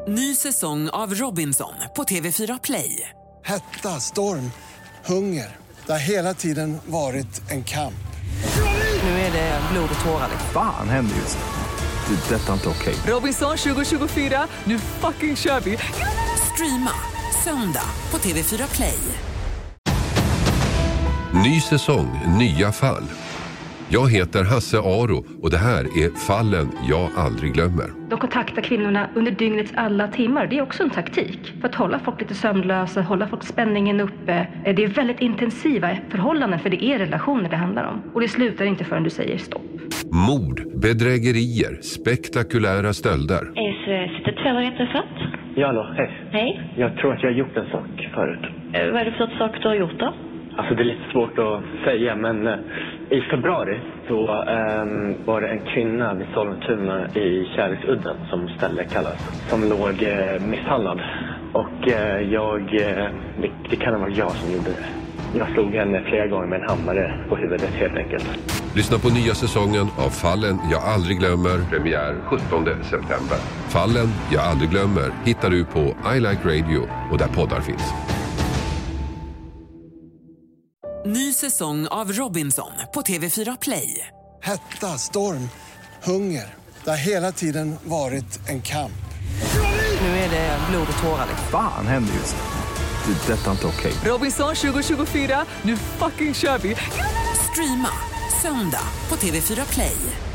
Ny säsong av Robinson på TV4 Play. Hetta, storm, hunger. Det har hela tiden varit en kamp. Nu är det blod och tårar. Fan händer just nu. Det. Detta är inte okej. Robinson 2024, nu fucking kör vi. Streama söndag på TV4 Play. Ny säsong, nya fall. Jag heter Hasse Aro och det här är Fallen jag aldrig glömmer. De kontaktar kvinnorna under dygnets alla timmar. Det är också en taktik för att hålla folk lite sömnlösa, hålla folk spänningen uppe. Det är väldigt intensiva förhållanden, för det är relationer det handlar om. Och det slutar inte förrän du säger stopp. Mord, bedrägerier, spektakulära stölder. Sitter Trevor inträffat? Ja, hallå, hej. Hej. Jag tror att jag har gjort en sak förut. Vad är det för sorts sak du har gjort då? Alltså det är lite svårt att säga, men i februari så var det en kvinna vid Sollentuna i Kärleksudden, som stället kallas, som låg misshandlad. Och det kan ha varit jag som gjorde det. Jag slog henne flera gånger med en hammare på huvudet helt enkelt. Lyssna på nya säsongen av Fallen jag aldrig glömmer. Premiär 17 september. Fallen jag aldrig glömmer hittar du på I Like Radio och där poddar finns. Ny säsong av Robinson på TV4 Play. Hetta, storm, hunger. Det har hela tiden varit en kamp. Nu är det blod och tårar. Fan händer just nu. Det. Detta är inte okej. Robinson 2024, nu fucking kör vi. Streama söndag på TV4 Play.